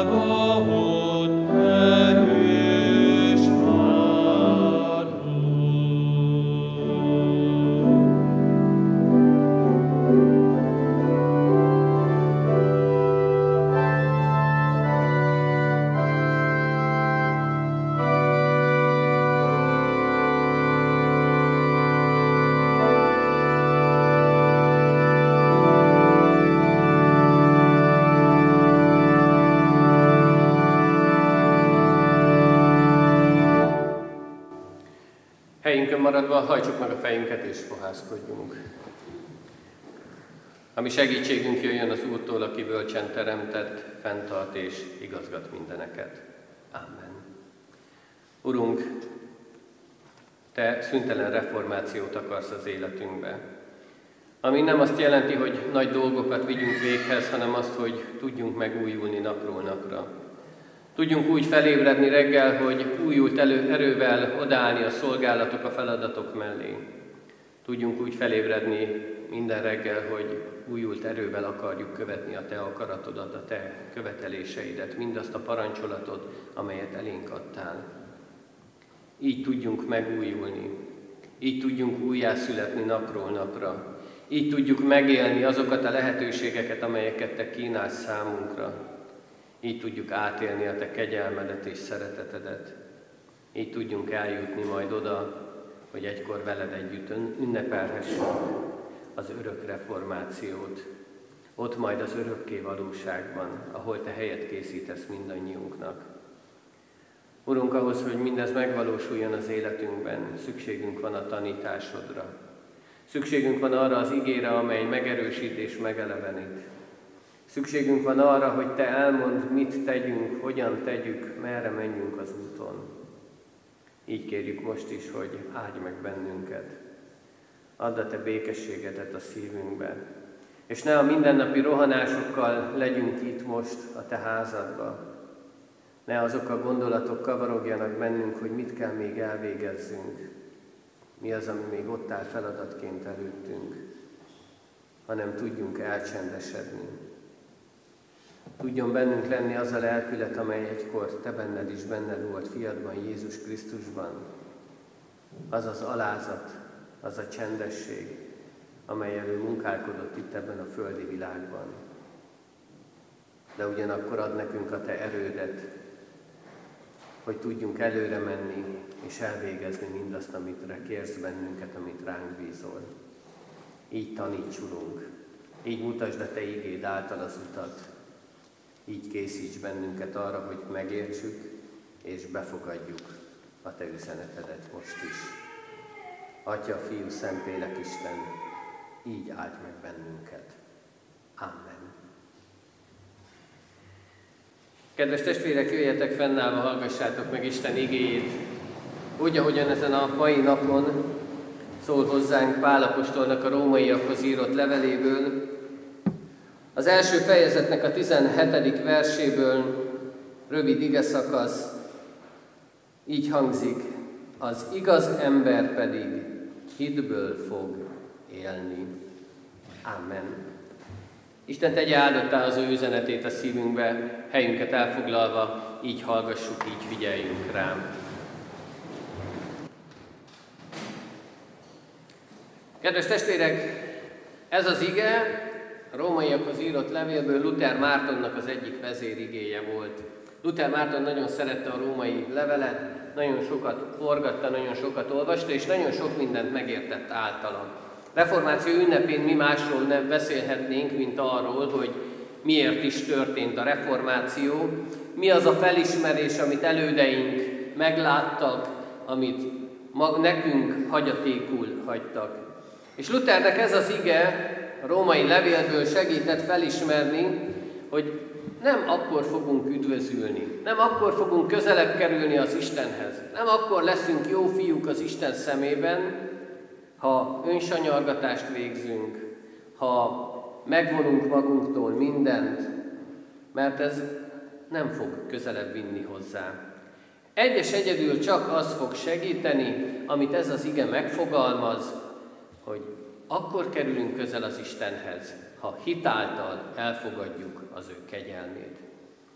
Helyünkön maradva hajtsuk meg a fejünket és fohászkodjunk. Ami segítségünk jöjjön az Úrtól, aki bölcsen teremtett, fenntart és igazgat mindeneket. Amen. Urunk, Te szüntelen reformációt akarsz az életünkbe. Ami nem azt jelenti, hogy nagy dolgokat vigyünk véghez, hanem azt, hogy tudjunk megújulni napról napra. Tudjunk úgy felébredni reggel, hogy újult erővel odaállni a szolgálatok, a feladatok mellé. Tudjunk úgy felébredni minden reggel, hogy újult erővel akarjuk követni a Te akaratodat, a Te követeléseidet, mindazt a parancsolatot, amelyet elénk adtál. Így tudjunk megújulni, így tudjunk újjászületni napról napra, így tudjuk megélni azokat a lehetőségeket, amelyeket Te kínálsz számunkra. Így tudjuk átélni a Te kegyelmedet és szeretetedet. Így tudjunk eljutni majd oda, hogy egykor veled együtt ünnepelhessünk az örök reformációt. Ott majd az örökké valóságban, ahol Te helyet készítesz mindannyiunknak. Urunk, ahhoz, hogy mindez megvalósuljon az életünkben, szükségünk van a tanításodra. Szükségünk van arra az igére, amely megerősít és megelevenít. Szükségünk van arra, hogy Te elmondd, mit tegyünk, hogyan tegyük, merre menjünk az úton. Így kérjük most is, hogy áldj meg bennünket. Add a Te békességedet a szívünkbe. És ne a mindennapi rohanásokkal legyünk itt most a Te házadba. Ne azok a gondolatok kavarogjanak bennünk, hogy mit kell még elvégezzünk. Mi az, ami még ott áll feladatként előttünk. Hanem tudjunk elcsendesedni. Tudjon bennünk lenni az a lelkület, amely egykor Te benned is benned volt, fiadban, Jézus Krisztusban. Az az alázat, az a csendesség, amellyel ő munkálkodott itt ebben a földi világban. De ugyanakkor ad nekünk a Te erődet, hogy tudjunk előre menni és elvégezni mindazt, amit kérsz bennünket, amit ránk bízol. Így taníts, Urunk, így mutasd a Te igéd által az utat, így készíts bennünket arra, hogy megértsük és befogadjuk a Te üzenetedet most is. Atya, Fiú, Szentlélek Isten, így áldj meg bennünket. Amen. Kedves testvérek, jöjjetek fennállva, hallgassátok meg Isten igéjét, úgy, ahogyan ezen a mai napon szól hozzánk Pál apostolnak a rómaiakhoz írott leveléből, az első fejezetnek a 17. verséből rövid igeszakasz, így hangzik: az igaz ember pedig hitből fog élni. Amen. Isten tegye áldottá az ő üzenetét a szívünkbe, helyünket elfoglalva, így hallgassuk, így figyeljünk rám. Kedves testvérek, ez az ige a rómaiakhoz írott levélből Luther Mártonnak az egyik vezérigéje volt. Luther Márton nagyon szerette a római levelet, nagyon sokat forgatta, nagyon sokat olvasta, és nagyon sok mindent megértett általa. Reformáció ünnepén mi másról nem beszélhetnénk, mint arról, hogy miért is történt a reformáció, mi az a felismerés, amit elődeink megláttak, amit nekünk hagyatékul hagytak. És Luthernek ez az ige a római levélből segített felismerni, hogy nem akkor fogunk üdvözülni, nem akkor fogunk közelebb kerülni az Istenhez, nem akkor leszünk jó fiúk az Isten szemében, ha önsanyargatást végzünk, ha megvonunk magunktól mindent, mert ez nem fog közelebb vinni hozzá. Egyedül csak az fog segíteni, amit ez az ige megfogalmaz, hogy akkor kerülünk közel az Istenhez, ha hitáltal elfogadjuk az ő kegyelmét.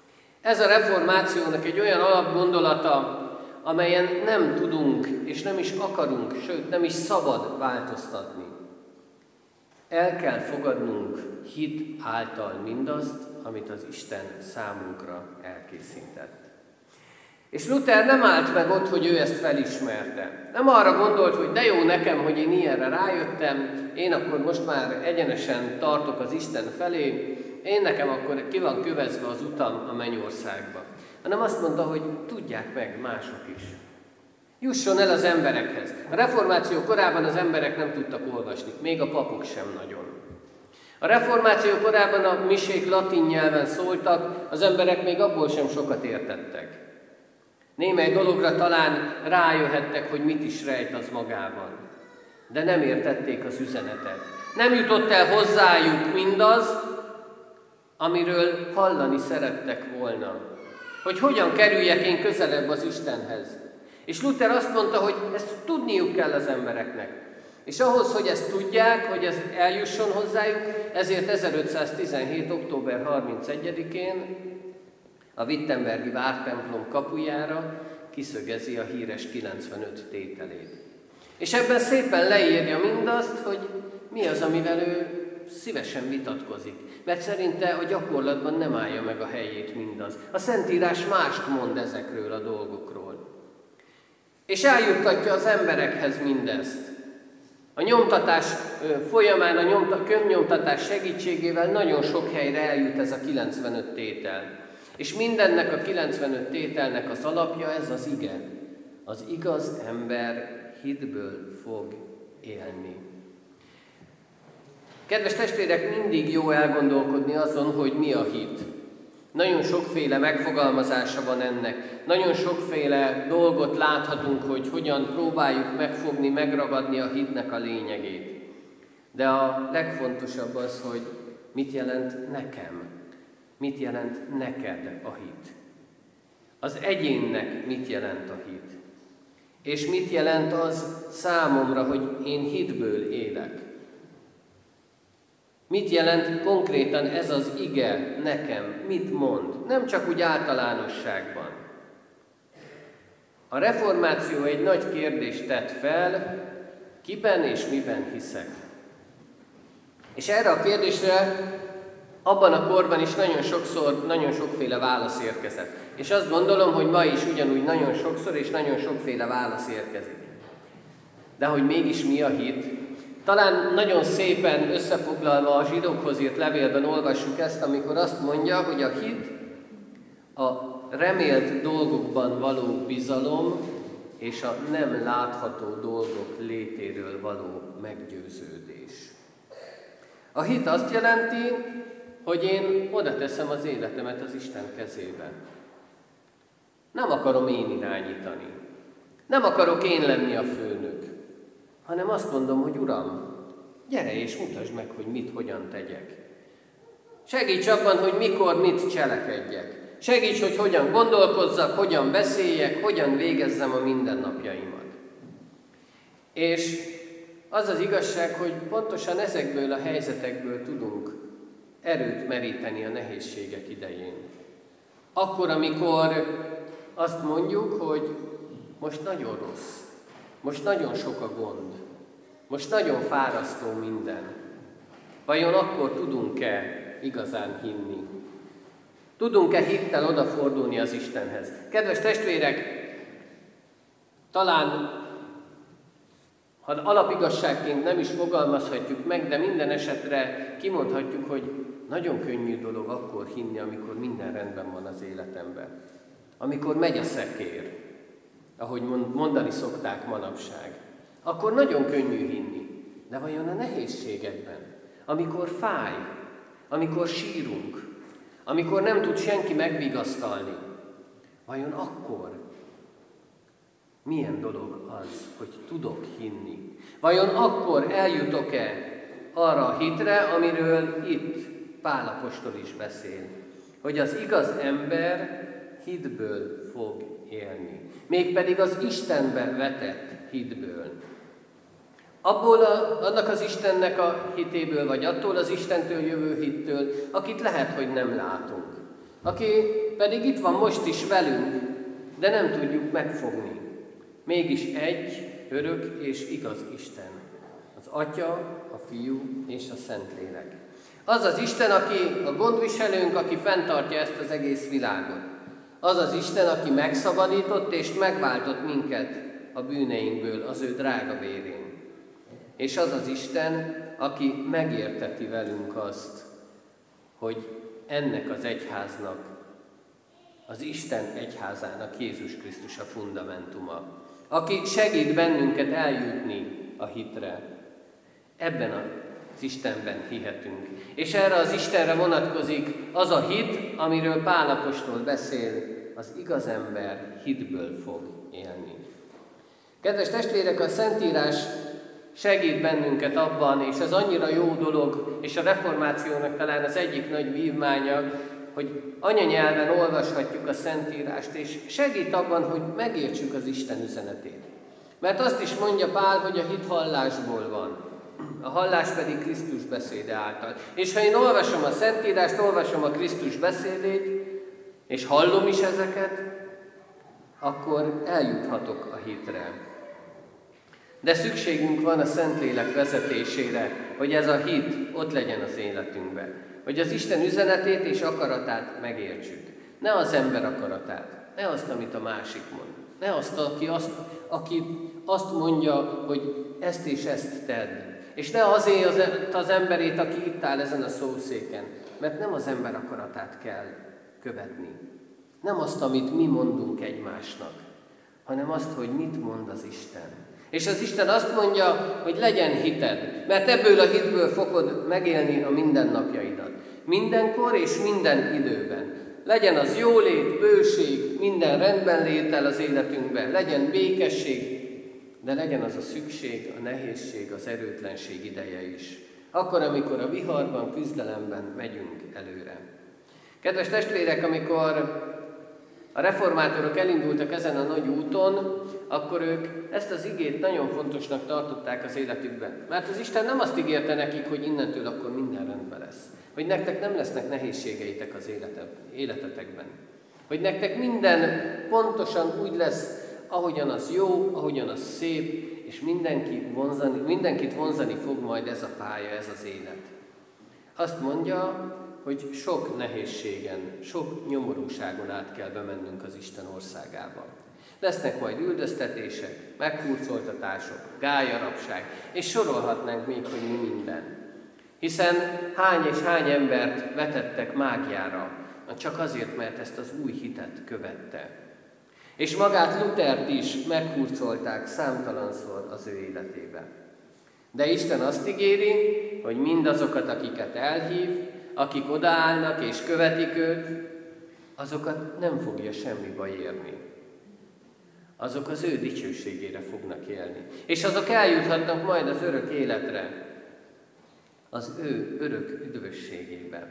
Ez a reformációnak egy olyan alapgondolata, amelyen nem tudunk és nem is akarunk, sőt nem is szabad változtatni. El kell fogadnunk hit által mindazt, amit az Isten számunkra elkészített. És Luther nem állt meg ott, hogy ő ezt felismerte. Nem arra gondolt, hogy de jó nekem, hogy én ilyenre rájöttem, én akkor most már egyenesen tartok az Isten felé, én nekem akkor ki van kövezve az utam a mennyországba. Hanem azt mondta, hogy tudják meg mások is. Jusson el az emberekhez. A reformáció korában az emberek nem tudtak olvasni, még a papok sem nagyon. A reformáció korában a misék latin nyelven szóltak, az emberek még abból sem sokat értettek. Némely dologra talán rájöhettek, hogy mit is rejt az magában, de nem értették az üzenetet. Nem jutott el hozzájuk mindaz, amiről hallani szerettek volna. Hogy hogyan kerüljek én közelebb az Istenhez. És Luther azt mondta, hogy ezt tudniuk kell az embereknek. És ahhoz, hogy ezt tudják, hogy ez eljusson hozzájuk, ezért 1517. október 31-én a wittenbergi vártemplom kapujára kiszögezi a híres 95 tételét. És ebben szépen leírja mindazt, hogy mi az, amivel ő szívesen vitatkozik. Mert szerinte a gyakorlatban nem állja meg a helyét mindaz. A Szentírás mást mond ezekről a dolgokról. És eljuttatja az emberekhez mindezt. A nyomtatás folyamán, a könyvnyomtatás segítségével nagyon sok helyre eljut ez a 95 tétel. És mindennek a 95 tételnek az alapja ez az ige. Az igaz ember hitből fog élni. Kedves testvérek, mindig jó elgondolkodni azon, hogy mi a hit. Nagyon sokféle megfogalmazása van ennek. Nagyon sokféle dolgot láthatunk, hogy hogyan próbáljuk megfogni, megragadni a hitnek a lényegét. De a legfontosabb az, hogy mit jelent nekem, mit jelent neked a hit. Az egyénnek mit jelent a hit. És mit jelent az számomra, hogy én hitből élek. Mit jelent konkrétan ez az ige nekem? Mit mond? Nem csak úgy általánosságban. A reformáció egy nagy kérdést tett fel, kiben és miben hiszek. És erre a kérdésre abban a korban is nagyon sokféle válasz érkezett. És azt gondolom, hogy ma is ugyanúgy nagyon sokszor és nagyon sokféle válasz érkezik. De hogy mégis mi a hit? Talán nagyon szépen összefoglalva a zsidókhoz írt levélben olvassuk ezt, amikor azt mondja, hogy a hit a remélt dolgokban való bizalom és a nem látható dolgok létéről való meggyőződés. A hit azt jelenti, hogy én oda teszem az életemet az Isten kezébe. Nem akarom én irányítani. Nem akarok én lenni a főnök. Hanem azt mondom, hogy Uram, gyere és mutasd meg, hogy mit, hogyan tegyek. Segíts abban, hogy mikor, mit cselekedjek. Segíts, hogy hogyan gondolkozzak, hogyan beszéljek, hogyan végezzem a mindennapjaimat. És az az igazság, hogy pontosan ezekből a helyzetekből tudunk erőt meríteni a nehézségek idején. Akkor, amikor azt mondjuk, hogy most nagyon rossz, most nagyon sok a gond, most nagyon fárasztó minden. Vajon akkor tudunk-e igazán hinni? Tudunk-e hittel odafordulni az Istenhez? Kedves testvérek, talán, ha alapigazságként nem is fogalmazhatjuk meg, de minden esetre kimondhatjuk, hogy nagyon könnyű dolog akkor hinni, amikor minden rendben van az életemben. Amikor megy a szekér, ahogy mondani szokták manapság, akkor nagyon könnyű hinni. De vajon a nehézségekben, amikor fáj, amikor sírunk, amikor nem tud senki megvigasztalni, vajon akkor milyen dolog az, hogy tudok hinni? Vajon akkor eljutok-e arra a hitre, amiről itt Pál apostol is beszél, hogy az igaz ember hitből fog élni. Mégpedig az Istenbe vetett hitből. Annak az Istennek a hitéből, vagy attól az Istentől jövő hittől, akit lehet, hogy nem látunk. Aki pedig itt van most is velünk, de nem tudjuk megfogni. Mégis egy, örök és igaz Isten. Az Atya, a Fiú és a Szentlélek. Az az Isten, aki a gondviselőnk, aki fenntartja ezt az egész világot. Az az Isten, aki megszabadított és megváltott minket a bűneinkből az ő drága vérén. És az az Isten, aki megérteti velünk azt, hogy ennek az egyháznak, az Isten egyházának Jézus Krisztus a fundamentuma, aki segít bennünket eljutni a hitre. Ebben az Istenben hihetünk. És erre az Istenre vonatkozik az a hit, amiről Pál apostol beszél, az igaz ember hitből fog élni. Kedves testvérek, a Szentírás segít bennünket abban, és ez annyira jó dolog, és a reformációnak talán az egyik nagy vívmánya, hogy anyanyelven olvashatjuk a Szentírást, és segít abban, hogy megértsük az Isten üzenetét. Mert azt is mondja Pál, hogy a hit hallásból van, a hallás pedig Krisztus beszéde által. És ha én olvasom a Szentírást, olvasom a Krisztus beszédét, és hallom is ezeket, akkor eljuthatok a hitre. De szükségünk van a Szentlélek vezetésére, hogy ez a hit ott legyen az életünkben. Hogy az Isten üzenetét és akaratát megértsük. Ne az ember akaratát, ne azt, amit a másik mond. Ne azt, aki azt mondja, hogy ezt és ezt tedd. És ne azért az emberét, aki itt áll ezen a szószéken. Mert nem az ember akaratát kell követni. Nem azt, amit mi mondunk egymásnak, hanem azt, hogy mit mond az Isten. És az Isten azt mondja, hogy legyen hited, mert ebből a hitből fogod megélni a mindennapjaidat. Mindenkor és minden időben. Legyen az jólét, bőség, minden rendben létel az életünkben, legyen békesség, de legyen az a szükség, a nehézség, az erőtlenség ideje is. Akkor, amikor a viharban, küzdelemben megyünk előre. Kedves testvérek, amikor a reformátorok elindultak ezen a nagy úton, akkor ők ezt az igét nagyon fontosnak tartották az életükben. Mert az Isten nem azt ígérte nekik, hogy innentől akkor minden rendben lesz. Hogy nektek nem lesznek nehézségeitek az életetekben. Hogy nektek minden pontosan úgy lesz, ahogyan az jó, ahogyan az szép, és mindenkit vonzani fog majd ez a pálya, ez az élet. Azt mondja, hogy sok nehézségen, sok nyomorúságon át kell bemennünk az Isten országába. Lesznek majd üldöztetések, meghurcoltatások, gályarabság, és sorolhatnánk még, hogy mi minden. Hiszen hány és hány embert vetettek mágiára, csak azért, mert ezt az új hitet követte. És magát Lutert is meghurcolták számtalanszor az ő életébe. De Isten azt ígéri, hogy mindazokat, akiket elhív, akik odaállnak és követik őt, azokat nem fogja semmi baj érni. Azok az ő dicsőségére fognak élni. És azok eljuthatnak majd az örök életre, az ő örök üdvösségébe.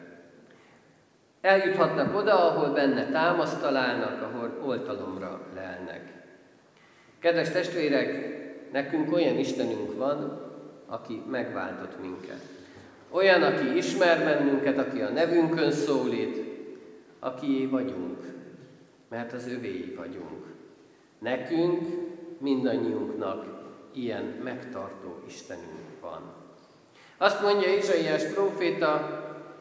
Eljuthatnak oda, ahol benne támaszt találnak, ahol oltalomra lelnek. Kedves testvérek, nekünk olyan Istenünk van, aki megváltott minket. Olyan, aki ismer bennünket, aki a nevünkön szólít, akié vagyunk, mert az övéi vagyunk. Nekünk, mindannyiunknak ilyen megtartó Istenünk van. Azt mondja Izsaiás próféta,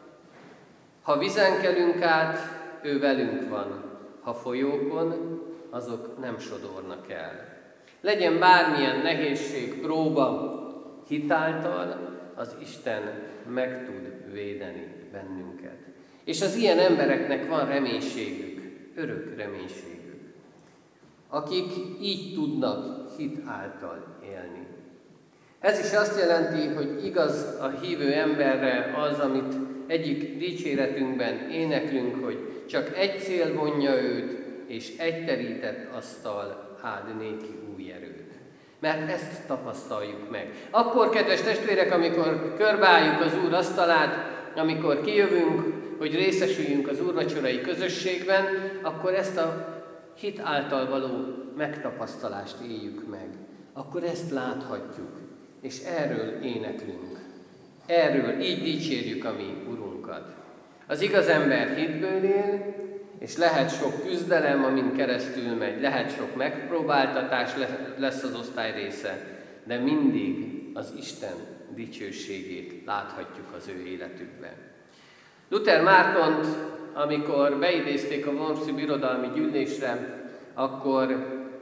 ha vizen kelünk át, ő velünk van, ha folyókon, azok nem sodornak el. Legyen bármilyen nehézség, próba, hitáltal az Isten meg tud védeni bennünket. És az ilyen embereknek van reménységük, örök reménységük, akik így tudnak hit által élni. Ez is azt jelenti, hogy igaz a hívő emberre az, amit egyik dicséretünkben éneklünk, hogy csak egy cél vonja őt, és egy terített asztal áld néki új erőt. Mert ezt tapasztaljuk meg. Akkor, kedves testvérek, amikor körbeálljuk az Úr asztalát, amikor kijövünk, hogy részesüljünk az úrvacsorai közösségben, akkor ezt a hit által való megtapasztalást éljük meg. Akkor ezt láthatjuk, és erről éneklünk. Erről így dicsérjük a mi Urunkat. Az igaz ember hitből él, és lehet sok küzdelem, amin keresztül megy, lehet sok megpróbáltatás lesz az osztály része, de mindig az Isten dicsőségét láthatjuk az ő életükben. Luther Mártont, amikor beidézték a Wormsi Birodalmi Gyűlésre, akkor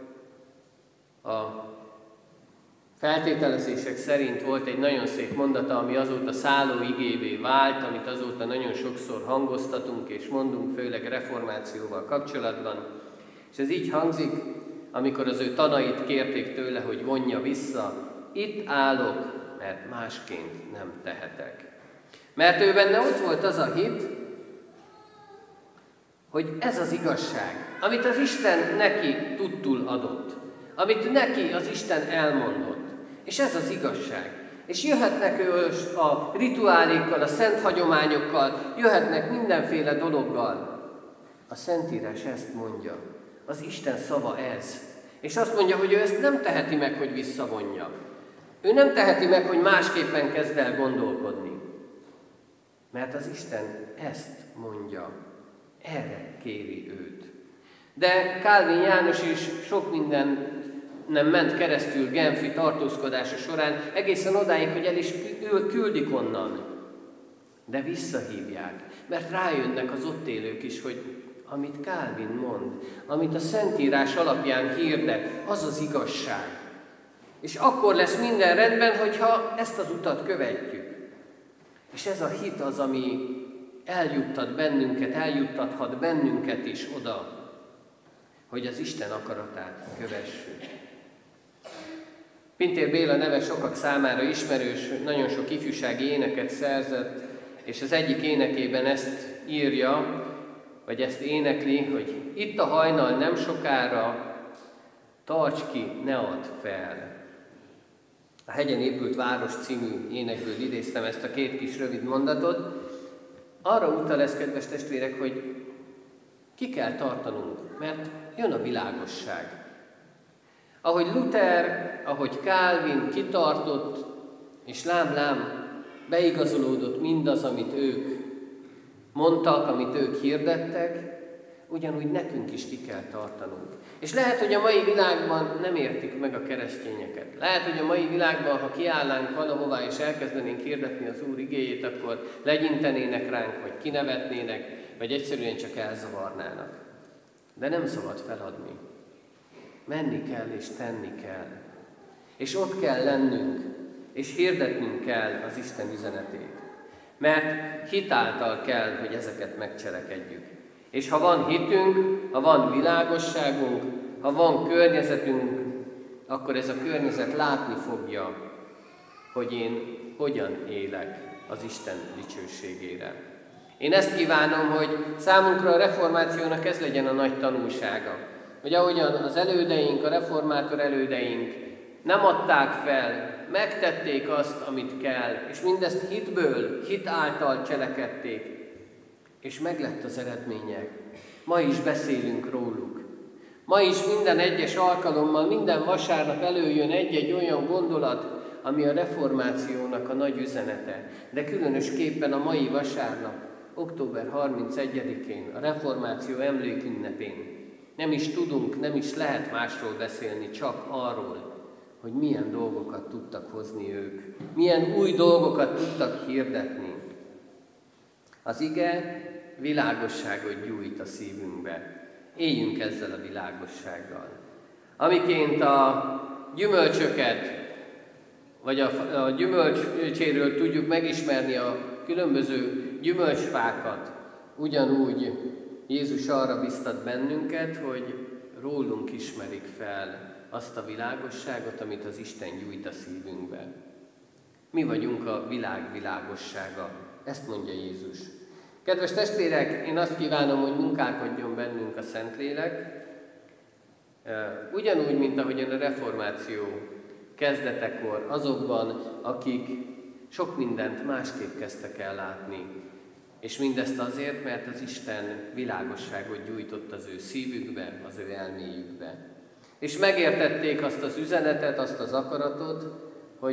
a feltételezések szerint volt egy nagyon szép mondata, ami azóta szálló igévé vált, amit azóta nagyon sokszor hangoztatunk és mondunk, főleg reformációval kapcsolatban. És ez így hangzik, amikor az ő tanait kérték tőle, hogy vonja vissza: itt állok, mert másként nem tehetek. Mert ő benne ott volt az a hit, hogy ez az igazság, amit az Isten neki tudtul adott, amit neki az Isten elmondott, és ez az igazság. És jöhetnek ő a rituálékkal, a szent hagyományokkal, jöhetnek mindenféle dologgal. A Szentírás ezt mondja, az Isten szava ez. És azt mondja, hogy ő ezt nem teheti meg, hogy visszavonja. Ő nem teheti meg, hogy másképpen kezd el gondolkodni. Mert az Isten ezt mondja, erre kéri őt. De Kálvin János is sok minden nem ment keresztül genfi tartózkodása során, egészen odáig, hogy el is küldik onnan. De visszahívják, mert rájönnek az ott élők is, hogy amit Kálvin mond, amit a Szentírás alapján hirdet, az az igazság. És akkor lesz minden rendben, hogyha ezt az utat követjük. És ez a hit az, ami eljuttathat bennünket is oda, hogy az Isten akaratát kövessük. Pintér Béla neve sokak számára ismerős, nagyon sok ifjúsági éneket szerzett, és az egyik énekében ezt írja, vagy ezt énekli, hogy itt a hajnal nem sokára, tarts ki, ne add fel. A Hegyen épült város című énekből idéztem ezt a két kis rövid mondatot. Arra utal ez, kedves testvérek, hogy ki kell tartanunk, mert jön a világosság. Ahogy Luther, ahogy Kálvin kitartott, és lám-lám beigazolódott mindaz, amit ők mondtak, amit ők hirdettek, ugyanúgy nekünk is ki kell tartanunk. És lehet, hogy a mai világban nem értik meg a keresztényeket. Lehet, hogy a mai világban, ha kiállnánk valahová és elkezdenénk hirdetni az Úr igéjét, akkor legyintenének ránk, vagy kinevetnének, vagy egyszerűen csak elzavarnának. De nem szabad feladni. Menni kell és tenni kell. És ott kell lennünk, és hirdetnünk kell az Isten üzenetét. Mert hit által kell, hogy ezeket megcselekedjük. És ha van hitünk, ha van világosságunk, ha van környezetünk, akkor ez a környezet látni fogja, hogy én hogyan élek az Isten dicsőségére. Én ezt kívánom, hogy számunkra a reformációnak ez legyen a nagy tanulsága. Hogy ahogyan az elődeink, a reformátor elődeink nem adták fel, megtették azt, amit kell, és mindezt hitből, hit által cselekedték, és meglett az eredménye. Ma is beszélünk róluk. Ma is minden egyes alkalommal, minden vasárnap előjön egy-egy olyan gondolat, ami a reformációnak a nagy üzenete. De különösképpen a mai vasárnap, október 31-én, a reformáció emlékünnepén nem is tudunk, nem is lehet másról beszélni, csak arról, hogy milyen dolgokat tudtak hozni ők, milyen új dolgokat tudtak hirdetni. Az ige világosságot gyújt a szívünkbe. Éljünk ezzel a világossággal. Amiként a gyümölcsöket, vagy a gyümölcséről tudjuk megismerni a különböző gyümölcsfákat, ugyanúgy Jézus arra biztat bennünket, hogy rólunk ismerik fel azt a világosságot, amit az Isten gyújt a szívünkbe. Mi vagyunk a világ világossága, ezt mondja Jézus. Kedves testvérek, én azt kívánom, hogy munkálkodjon bennünk a Szentlélek, ugyanúgy, mint ahogyan a reformáció kezdetekor azokban, akik sok mindent másképp kezdtek el látni. És mindezt azért, mert az Isten világosságot gyújtott az ő szívükbe, az ő elméjükbe. És megértették azt az üzenetet, azt az akaratot, hogy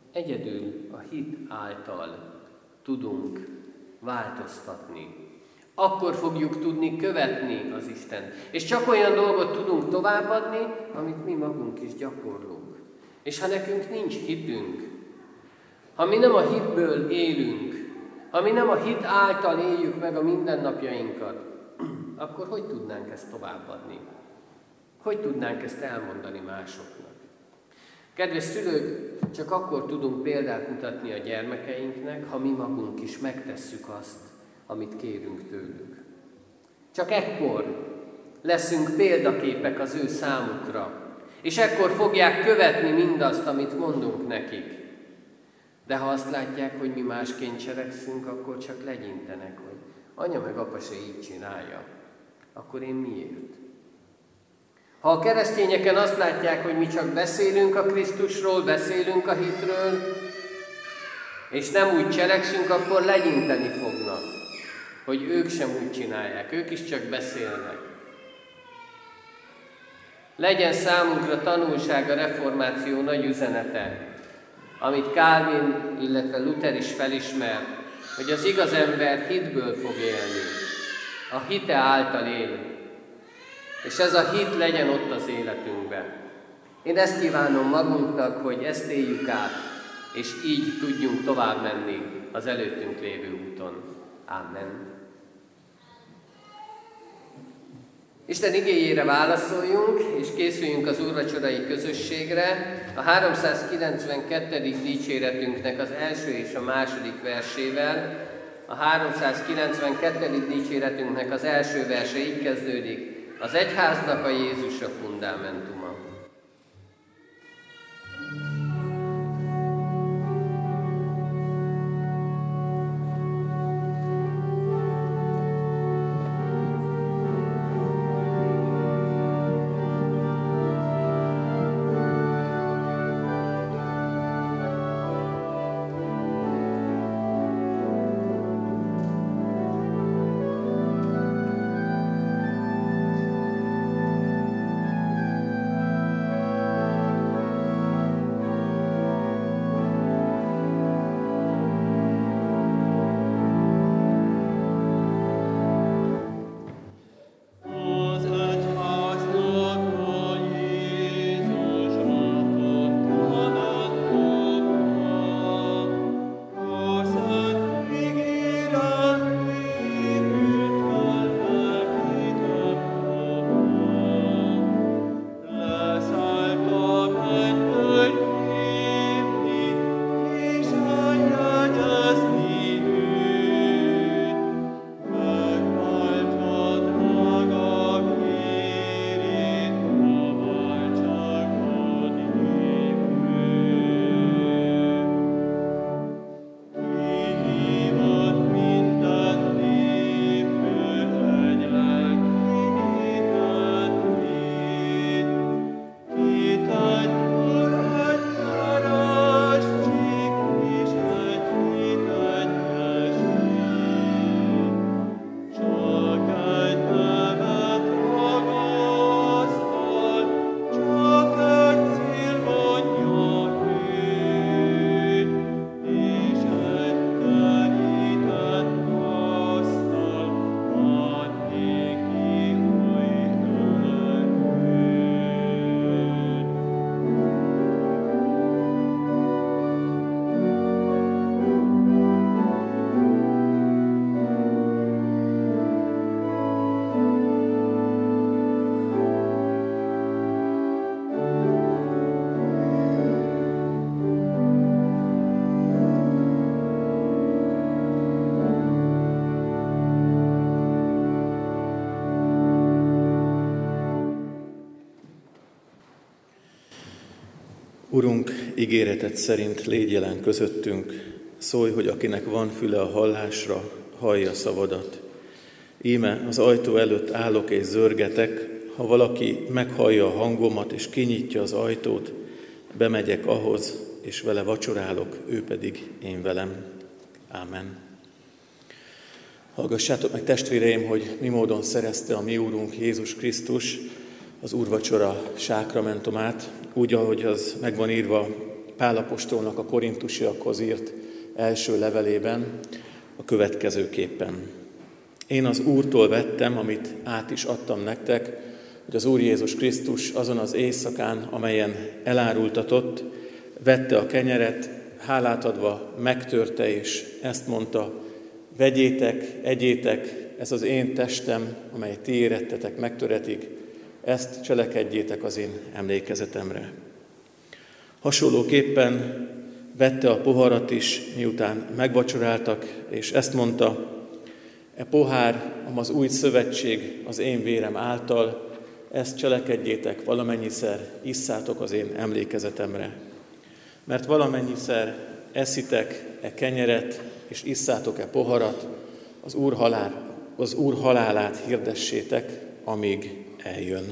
egyedül a hit által tudunk változtatni. Akkor fogjuk tudni követni az Istent. És csak olyan dolgot tudunk továbbadni, amit mi magunk is gyakorlunk. És ha nekünk nincs hitünk, ha mi nem a hitből élünk, ha mi nem a hit által éljük meg a mindennapjainkat, akkor hogy tudnánk ezt továbbadni? Hogy tudnánk ezt elmondani másoknak? Kedves szülők, csak akkor tudunk példát mutatni a gyermekeinknek, ha mi magunk is megtesszük azt, amit kérünk tőlük. Csak ekkor leszünk példaképek az ő számukra, és ekkor fogják követni mindazt, amit mondunk nekik. De ha azt látják, hogy mi másként cselekszünk, akkor csak legyintenek, hogy anya meg apa se így csinálja. Akkor én miért? Ha a keresztényeken azt látják, hogy mi csak beszélünk a Krisztusról, beszélünk a hitről, és nem úgy cselekszünk, akkor legyinteni fognak, hogy ők sem úgy csinálják, ők is csak beszélnek. Legyen számunkra tanulság a reformáció nagy üzenete, amit Calvin, illetve Luther is felismer, hogy az igaz ember hitből fog élni, a hite által él. És ez a hit legyen ott az életünkben. Én ezt kívánom magunknak, hogy ezt éljük át, és így tudjunk tovább menni az előttünk lévő úton. Amen. Isten igéjére válaszoljunk, és készüljünk az úrvacsorai közösségre. A 392. dicséretünknek az első és a második versével. A 392. dicséretünknek az első verse így kezdődik: az egyháznak a Jézus a fundamentuma. Urunk, ígéreted szerint légy jelen közöttünk, szólj, hogy akinek van füle a hallásra, hallja szavadat. Íme az ajtó előtt állok és zörgetek, ha valaki meghallja a hangomat és kinyitja az ajtót, bemegyek ahhoz, és vele vacsorálok, ő pedig én velem. Ámen. Hallgassátok meg, testvéreim, hogy mi módon szerezte a mi Úrunk Jézus Krisztus az úrvacsora sákramentumát, úgy, ahogy az meg van írva Pál apostolnak a korintusiakhoz írt első levelében, a következőképpen. Én az Úrtól vettem, amit át is adtam nektek, hogy az Úr Jézus Krisztus azon az éjszakán, amelyen elárultatott, vette a kenyeret, hálát adva megtörte, és ezt mondta: vegyétek, egyétek, ez az én testem, amely ti érettetek megtöretig, ezt cselekedjétek az én emlékezetemre. Hasonlóképpen vette a poharat is, miután megvacsoráltak, és ezt mondta: e pohár, az új szövetség az én vérem által, ezt cselekedjétek valamennyiszer, isszátok az én emlékezetemre. Mert valamennyiszer eszitek e kenyeret, és isszátok e poharat, az Úr halálát hirdessétek, amíg eljön.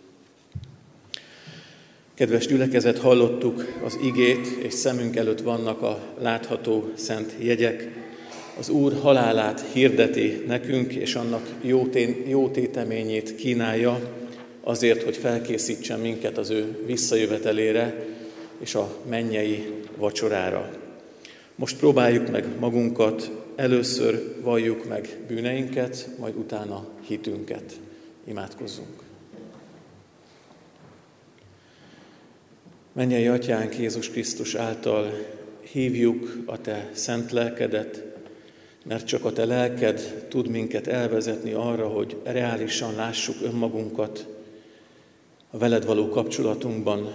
Kedves gyülekezet, hallottuk az igét, és szemünk előtt vannak a látható szent jegyek. Az Úr halálát hirdeti nekünk, és annak jó téteményét kínálja azért, hogy felkészítsen minket az ő visszajövetelére és a mennyei vacsorára. Most próbáljuk meg magunkat, először valljuk meg bűneinket, majd utána hitünket. Imádkozzunk. Mennyei Atyánk, Jézus Krisztus által hívjuk a Te szent lelkedet, mert csak a Te lelked tud minket elvezetni arra, hogy reálisan lássuk önmagunkat a veled való kapcsolatunkban.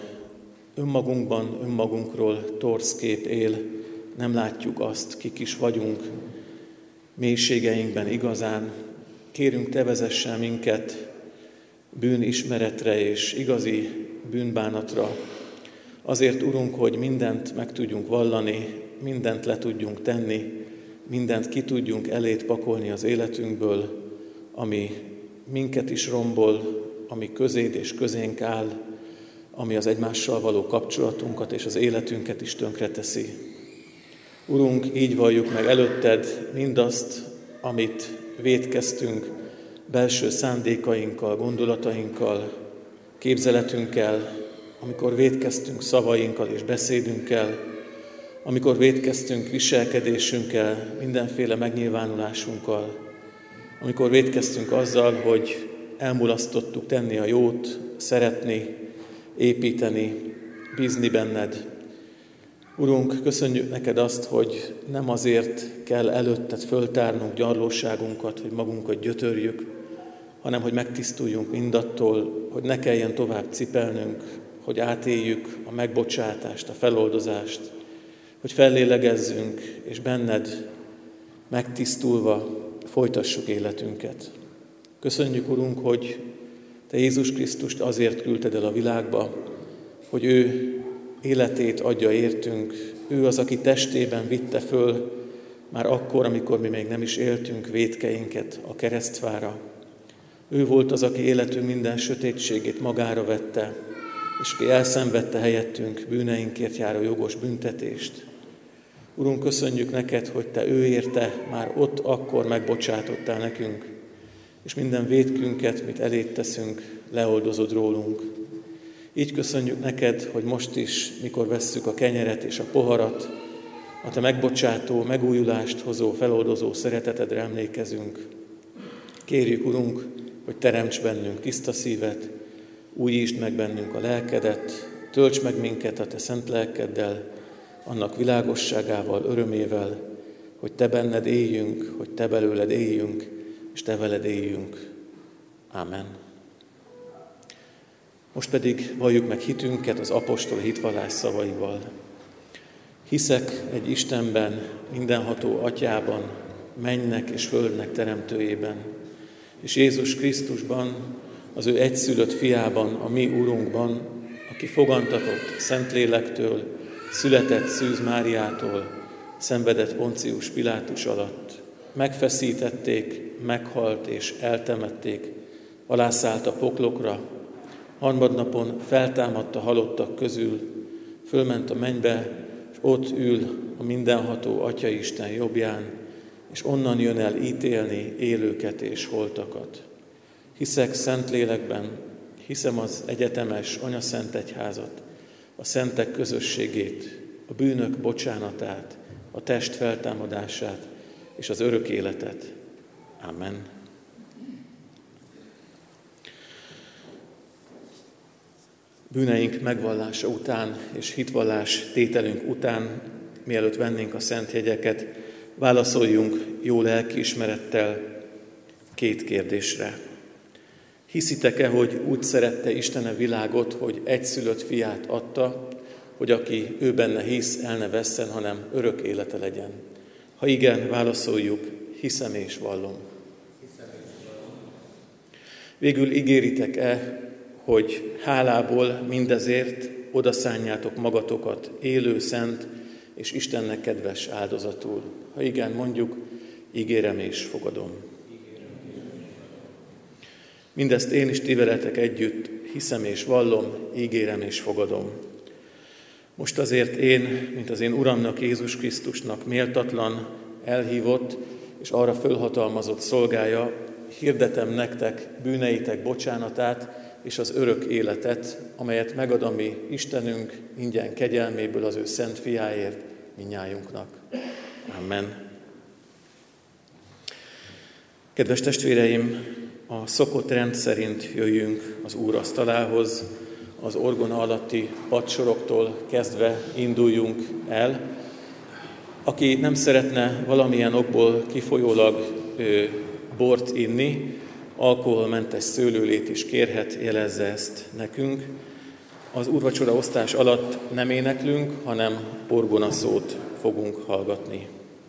Önmagunkról torz kép él, nem látjuk azt, kik is vagyunk, mélységeinkben igazán. Kérünk, Te vezessen minket bűnismeretre és igazi bűnbánatra. Azért, Urunk, hogy mindent meg tudjunk vallani, mindent le tudjunk tenni, mindent ki tudjunk elét pakolni az életünkből, ami minket is rombol, ami közéd és közénk áll, ami az egymással való kapcsolatunkat és az életünket is tönkreteszi. Urunk, így valljuk meg előtted mindazt, amit vétkeztünk belső szándékainkkal, gondolatainkkal, képzeletünkkel, amikor vétkeztünk szavainkkal és beszédünkkel, amikor vétkeztünk viselkedésünkkel, mindenféle megnyilvánulásunkkal, amikor vétkeztünk azzal, hogy elmulasztottuk tenni a jót, szeretni, építeni, bízni benned. Urunk, köszönjük neked azt, hogy nem azért kell előtted föltárnunk gyarlóságunkat, hogy magunkat gyötörjük, hanem hogy megtisztuljunk mindattól, hogy ne kelljen tovább cipelnünk, hogy átéljük a megbocsátást, a feloldozást, hogy fellélegezzünk, és benned megtisztulva folytassuk életünket. Köszönjük, Urunk, hogy Te Jézus Krisztust azért küldted el a világba, hogy ő életét adja értünk. Ő az, aki testében vitte föl már akkor, amikor mi még nem is éltünk, vétkeinket a keresztfára. Ő volt az, aki életünk minden sötétségét magára vette, és aki elszenvedte helyettünk bűneinkért járó jogos büntetést. Urunk, köszönjük neked, hogy Te ő érte már ott akkor megbocsátottál nekünk, és minden vétkünket, mit eléd teszünk, leoldozod rólunk. Így köszönjük neked, hogy most is, mikor vesszük a kenyeret és a poharat, a Te megbocsátó, megújulást hozó, feloldozó szeretetedre emlékezünk. Kérjük, Urunk, hogy teremts bennünk tiszta szívet, újítsd meg bennünk a lelkedet, tölts meg minket a Te szent lelkeddel, annak világosságával, örömével, hogy Te benned éljünk, hogy Te belőled éljünk, és Te veled éljünk. Ámen. Most pedig valljuk meg hitünket az apostol hitvallás szavaival. Hiszek egy Istenben, mindenható Atyában, mennynek és földnek teremtőjében, és Jézus Krisztusban, az ő egyszülött fiában, a mi Urunkban, aki fogantatott Szentlélektől, született Szűz Máriától, szenvedett Poncius Pilátus alatt, megfeszítették, meghalt és eltemették, alászállt a poklokra, harmadnapon feltámadt a halottak közül, fölment a mennybe, és ott ül a mindenható Atyaisten jobbján, és onnan jön el ítélni élőket és holtakat. Hiszek Szentlélekben, hiszem az egyetemes Anyaszent Egyházat, a szentek közösségét, a bűnök bocsánatát, a test feltámadását és az örök életet. Amen. Bűneink megvallása után és hitvallás tételünk után, mielőtt vennénk a szent jegyeket, válaszoljunk jó lelkiismerettel 2 kérdésre. Hiszitek-e, hogy úgy szerette Isten a világot, hogy egyszülött fiát adta, hogy aki ő benne hisz, el ne vesszen, hanem örök élete legyen? Ha igen, válaszoljuk, hiszem és vallom. Végül ígéritek-e, hogy hálából mindezért odaszánjátok magatokat élő, szent és Istennek kedves áldozatul? Ha igen, mondjuk, ígérem és fogadom. Mindezt én is ti veletek együtt hiszem és vallom, ígérem és fogadom. Most azért én, mint az én Uramnak, Jézus Krisztusnak méltatlan, elhívott és arra fölhatalmazott szolgája, hirdetem nektek bűneitek bocsánatát és az örök életet, amelyet megad a mi Istenünk ingyen kegyelméből az ő szent fiáért mindnyájunknak. Amen. Kedves testvéreim, a szokott rend szerint jöjjünk az Úr asztalához, az orgona alatti padsoroktól kezdve induljunk el. Aki nem szeretne valamilyen okból kifolyólag bort inni, alkoholmentes szőlőlét is kérhet, jelezze ezt nekünk. Az úrvacsora osztás alatt nem éneklünk, hanem orgonaszót fogunk hallgatni.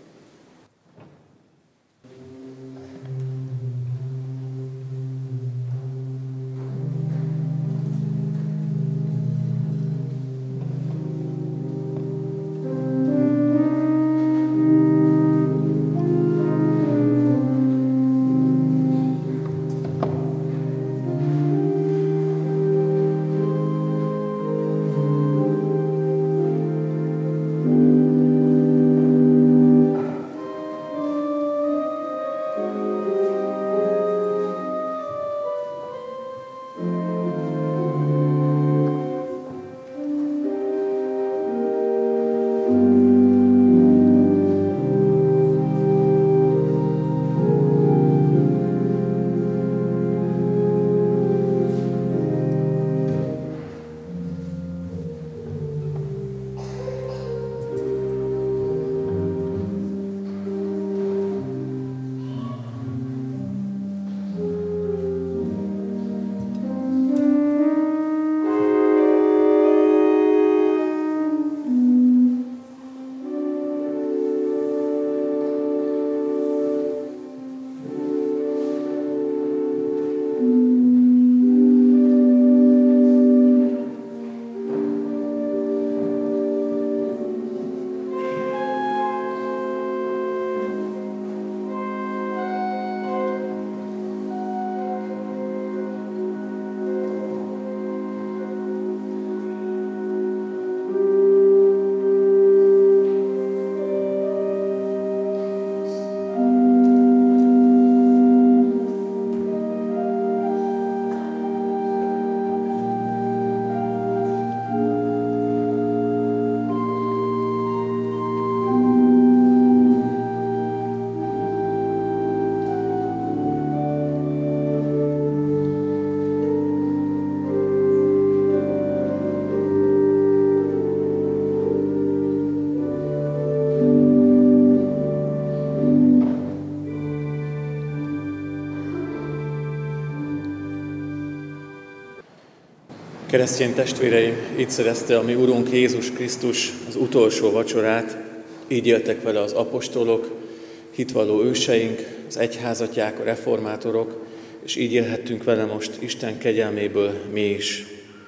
Keresztény testvéreim, így szerezte a mi Urunk Jézus Krisztus az utolsó vacsorát, így éltek vele az apostolok, hitvalló őseink, az egyházatják, a reformátorok, és így élhettünk vele most Isten kegyelméből mi is.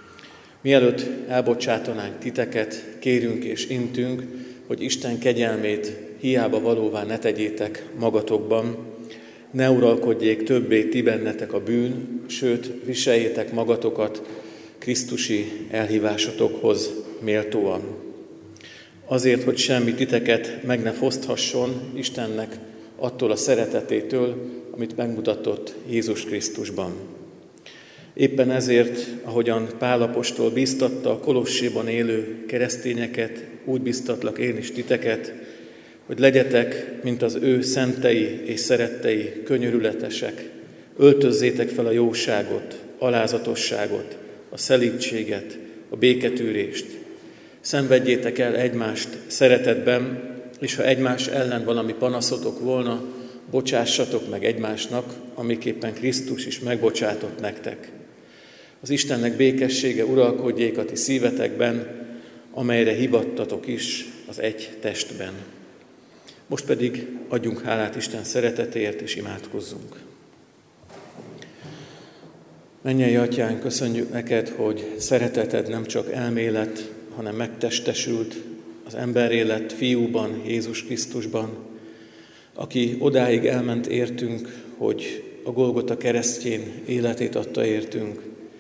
Mielőtt elbocsátanánk titeket, kérünk és intünk, hogy Isten kegyelmét hiába valóvá ne tegyétek magatokban, ne uralkodjék többé ti bennetek a bűn, sőt, viseljétek magatokat krisztusi elhívásotokhoz méltóan. Azért, hogy semmi titeket meg ne foszthasson Istennek attól a szeretetétől, amit megmutatott Jézus Krisztusban. Éppen ezért, ahogyan Pál apostol bíztatta a Kolosséban élő keresztényeket, úgy bíztatlak én is titeket, hogy legyetek, mint az ő szentei és szerettei, könyörületesek, öltözzétek fel a jóságot, alázatosságot, a szelídséget, a béketűrést. Szenvedjétek el egymást szeretetben, és ha egymás ellen valami panaszotok volna, bocsássatok meg egymásnak, amiképpen Krisztus is megbocsátott nektek. Az Istennek békessége uralkodjék a ti szívetekben, amelyre hivattatok is az egy testben. Most pedig adjunk hálát Isten szeretetéért, és imádkozzunk. Mennyei Atyánk, köszönjük neked, hogy szereteted nem csak elmélet, hanem megtestesült az emberélet fiúban, Jézus Krisztusban, aki odáig elment értünk, hogy a Golgota keresztjén életét adta értünk,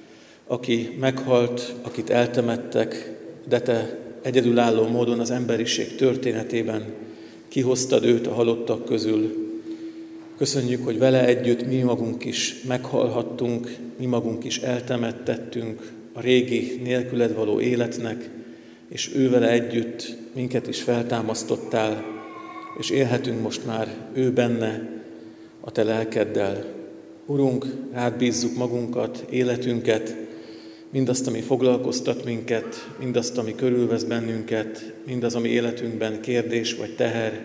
aki meghalt, akit eltemettek, de te egyedülálló módon az emberiség történetében kihoztad őt a halottak közül. Köszönjük, hogy vele együtt mi magunk is meghalhattunk, mi magunk is eltemettettünk a régi nélküled való életnek, és ő vele együtt minket is feltámasztottál, és élhetünk most már ő benne a te lelkeddel. Urunk, rád bízzuk magunkat, életünket, mindazt, ami foglalkoztat minket, mindazt, ami körülvesz bennünket, mindaz, ami életünkben kérdés vagy teher,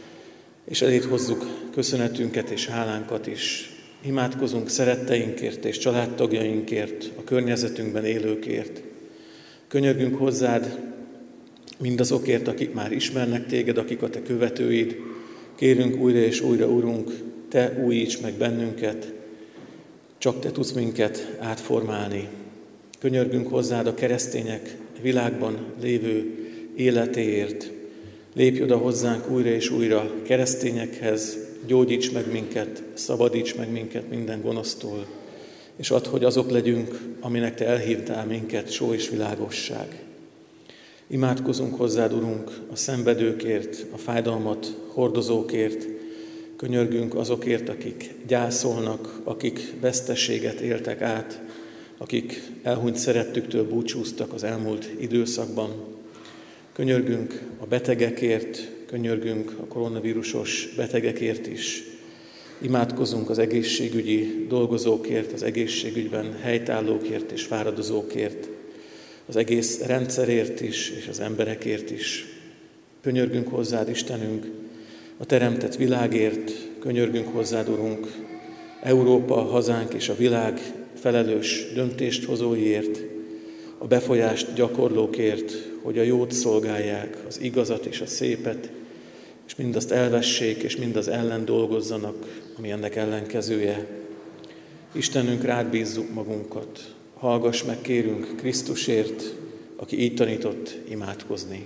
és eléd hozzuk köszönetünket és hálánkat is. Imádkozunk szeretteinkért és családtagjainkért, a környezetünkben élőkért. Könyörgünk hozzád mindazokért, akik már ismernek téged, akik a te követőid. Kérünk újra és újra, Urunk, te újíts meg bennünket, csak te tudsz minket átformálni. Könyörgünk hozzád a keresztények világban lévő életéért. Lépj oda hozzánk újra és újra keresztényekhez, gyógyíts meg minket, szabadíts meg minket minden gonosztól, és add, hogy azok legyünk, aminek te elhívtál minket, só és világosság. Imádkozunk hozzád, Urunk, a szenvedőkért, a fájdalmat hordozókért, könyörgünk azokért, akik gyászolnak, akik veszteséget éltek át, akik elhunyt szerettüktől búcsúztak az elmúlt időszakban. Könyörgünk a betegekért, könyörgünk a koronavírusos betegekért is. Imádkozunk az egészségügyi dolgozókért, az egészségügyben helytállókért és fáradozókért, az egész rendszerért is, és az emberekért is. Könyörgünk hozzád, Istenünk, a teremtett világért, könyörgünk hozzád, Urunk, Európa, hazánk és a világ felelős döntést hozóiért, a befolyást gyakorlókért, hogy a jót szolgálják, az igazat és a szépet, és mindazt elvessék, és mindaz ellen dolgozzanak, ami ennek ellenkezője. Istenünk, rád bízzuk magunkat. Hallgass meg, kérünk, Krisztusért, aki így tanított imádkozni.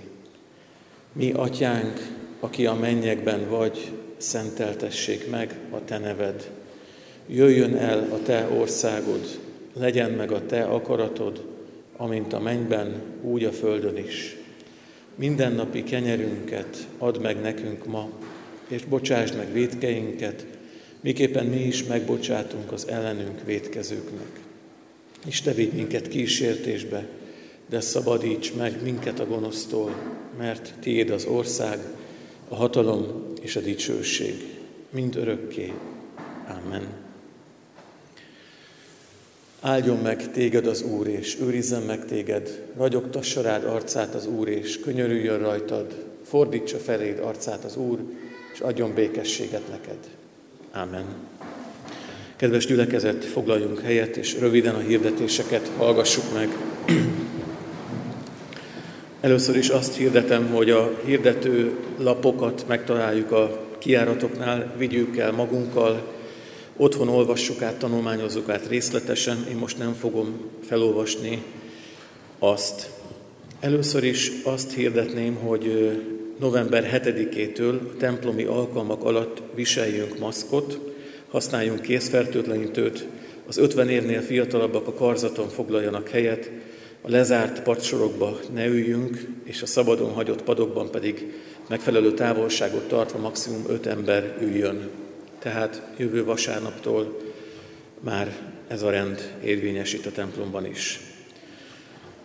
Mi, Atyánk, aki a mennyekben vagy, szenteltessék meg a te neved. Jöjjön el a te országod, legyen meg a te akaratod, amint a mennyben, úgy a földön is. Mindennapi kenyerünket add meg nekünk ma, és bocsásd meg vétkeinket, miképpen mi is megbocsátunk az ellenünk vétkezőknek. És te vigy minket kísértésbe, de szabadíts meg minket a gonosztól, mert tiéd az ország, a hatalom és a dicsőség, mind örökké. Amen. Áldjon meg téged az Úr, és őrizzen meg téged, ragyogtassa rád arcát az Úr, és könyörüljön rajtad, fordítsa feléd arcát az Úr, és adjon békességet neked. Amen. Kedves gyülekezet, foglaljunk helyet, és röviden a hirdetéseket hallgassuk meg. Először is azt hirdetem, hogy a hirdető lapokat megtaláljuk a kijáratoknál, vigyük el magunkkal, otthon olvassuk át, tanulmányozzuk át részletesen, én most nem fogom felolvasni azt. Először is azt hirdetném, hogy november 7-től a templomi alkalmak alatt viseljünk maszkot, használjunk kézfertőtlenítőt, az 50 évnél fiatalabbak a karzaton foglaljanak helyet, a lezárt padsorokba ne üljünk, és a szabadon hagyott padokban pedig megfelelő távolságot tartva maximum 5 ember üljön. Tehát jövő vasárnaptól már ez a rend érvényes itt a templomban is.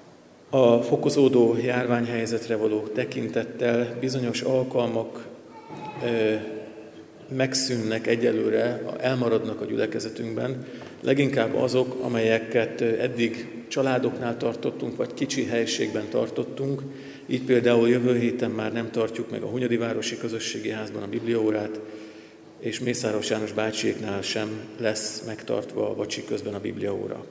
A fokozódó járványhelyzetre való tekintettel bizonyos alkalmak megszűnnek egyelőre, elmaradnak a gyülekezetünkben, leginkább azok, amelyeket eddig családoknál tartottunk, vagy kicsi helyiségben tartottunk. Így például jövő héten már nem tartjuk meg a Hunyadi Városi Közösségi Házban a bibliaórát, és Mészáros János bácsiéknál sem lesz megtartva a vacsi közben a bibliaóra.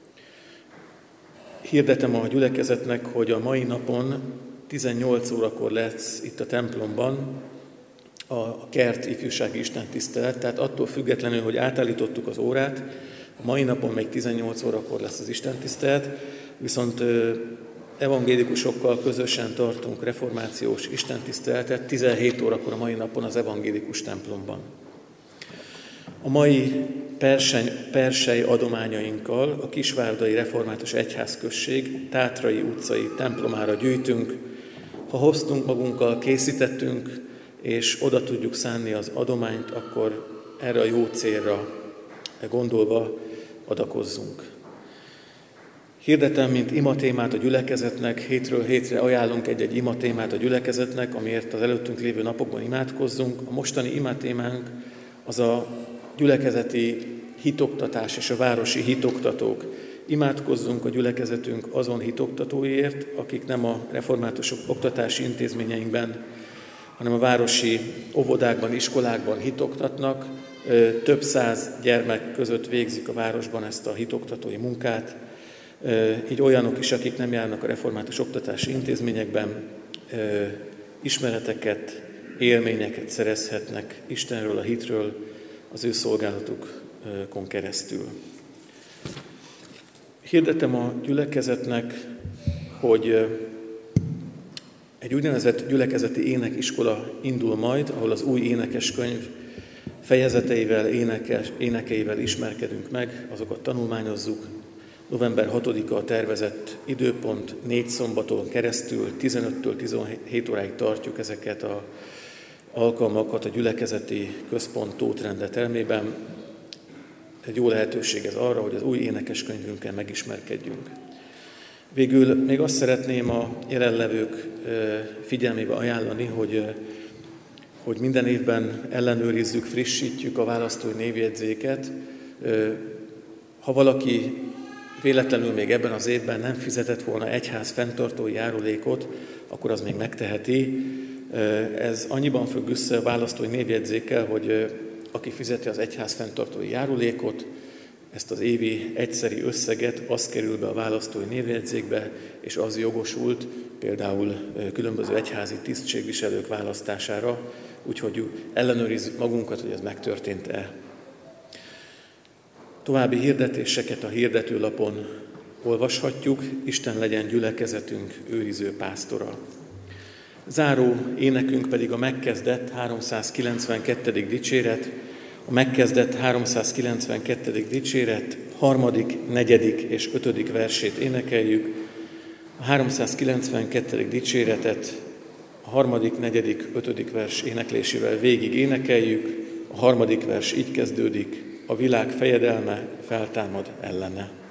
Hirdetem a gyülekezetnek, hogy a mai napon 18 órakor lesz itt a templomban a kert ifjúsági istentisztelet, tehát attól függetlenül, hogy átállítottuk az órát, a mai napon még 18 órakor lesz az istentisztelet, viszont evangélikusokkal közösen tartunk reformációs istentiszteletet 17 órakor a mai napon az evangélikus templomban. A mai persely adományainkkal a Kisvárdai Református Egyházközség Tátrai utcai templomára gyűjtünk. Ha hoztunk magunkkal, készítettünk, és oda tudjuk szánni az adományt, akkor erre a jó célra gondolva adakozzunk. Hirdetem, mint imatémát a gyülekezetnek, hétről hétre ajánlunk egy-egy imatémát a gyülekezetnek, amiért az előttünk lévő napokban imádkozzunk. A mostani imatémánk az a gyülekezeti hitoktatás és a városi hitoktatók. Imádkozzunk a gyülekezetünk azon hitoktatóiért, akik nem a reformátusok oktatási intézményeinkben, hanem a városi óvodákban, iskolákban hitoktatnak. Több száz gyermek között végzik a városban ezt a hitoktatói munkát. Így olyanok is, akik nem járnak a református oktatási intézményekben, ismereteket, élményeket szerezhetnek Istenről, a hitről, az ő szolgálatukon keresztül. Hirdetem a gyülekezetnek, hogy egy úgynevezett gyülekezeti énekiskola indul majd, ahol az új énekeskönyv fejezeteivel, énekeivel ismerkedünk meg, azokat tanulmányozzuk. November 6-a a tervezett időpont, 4 szombaton keresztül, 15-től 17 óráig tartjuk ezeket az alkalmakat a gyülekezeti központ Tóth Rende termében. Egy jó lehetőség ez arra, hogy az új énekeskönyvünkkel megismerkedjünk. Végül még azt szeretném a jelenlevők figyelmébe ajánlani, hogy minden évben ellenőrizzük, frissítjük a választói névjegyzéket. Ha valaki véletlenül még ebben az évben nem fizetett volna egyház fenntartói járulékot, akkor az még megteheti. Ez annyiban függ össze a választói névjegyzékkel, hogy aki fizeti az egyház fenntartói járulékot, ezt az évi egyszeri összeget, az kerül be a választói névjegyzékbe, és az jogosult például különböző egyházi tisztségviselők választására, úgyhogy ellenőrizzük magunkat, hogy ez megtörtént-e. További hirdetéseket a hirdetőlapon olvashatjuk, Isten legyen gyülekezetünk őriző pásztora. Záró énekünk pedig a megkezdett 392. dicséret, a megkezdett 392. dicséret 3., 4. és 5. versét énekeljük. A 392. dicséretet a 3., 4., 5. vers éneklésével végig énekeljük. A 3. vers így kezdődik: a világ fejedelme feltámad ellene.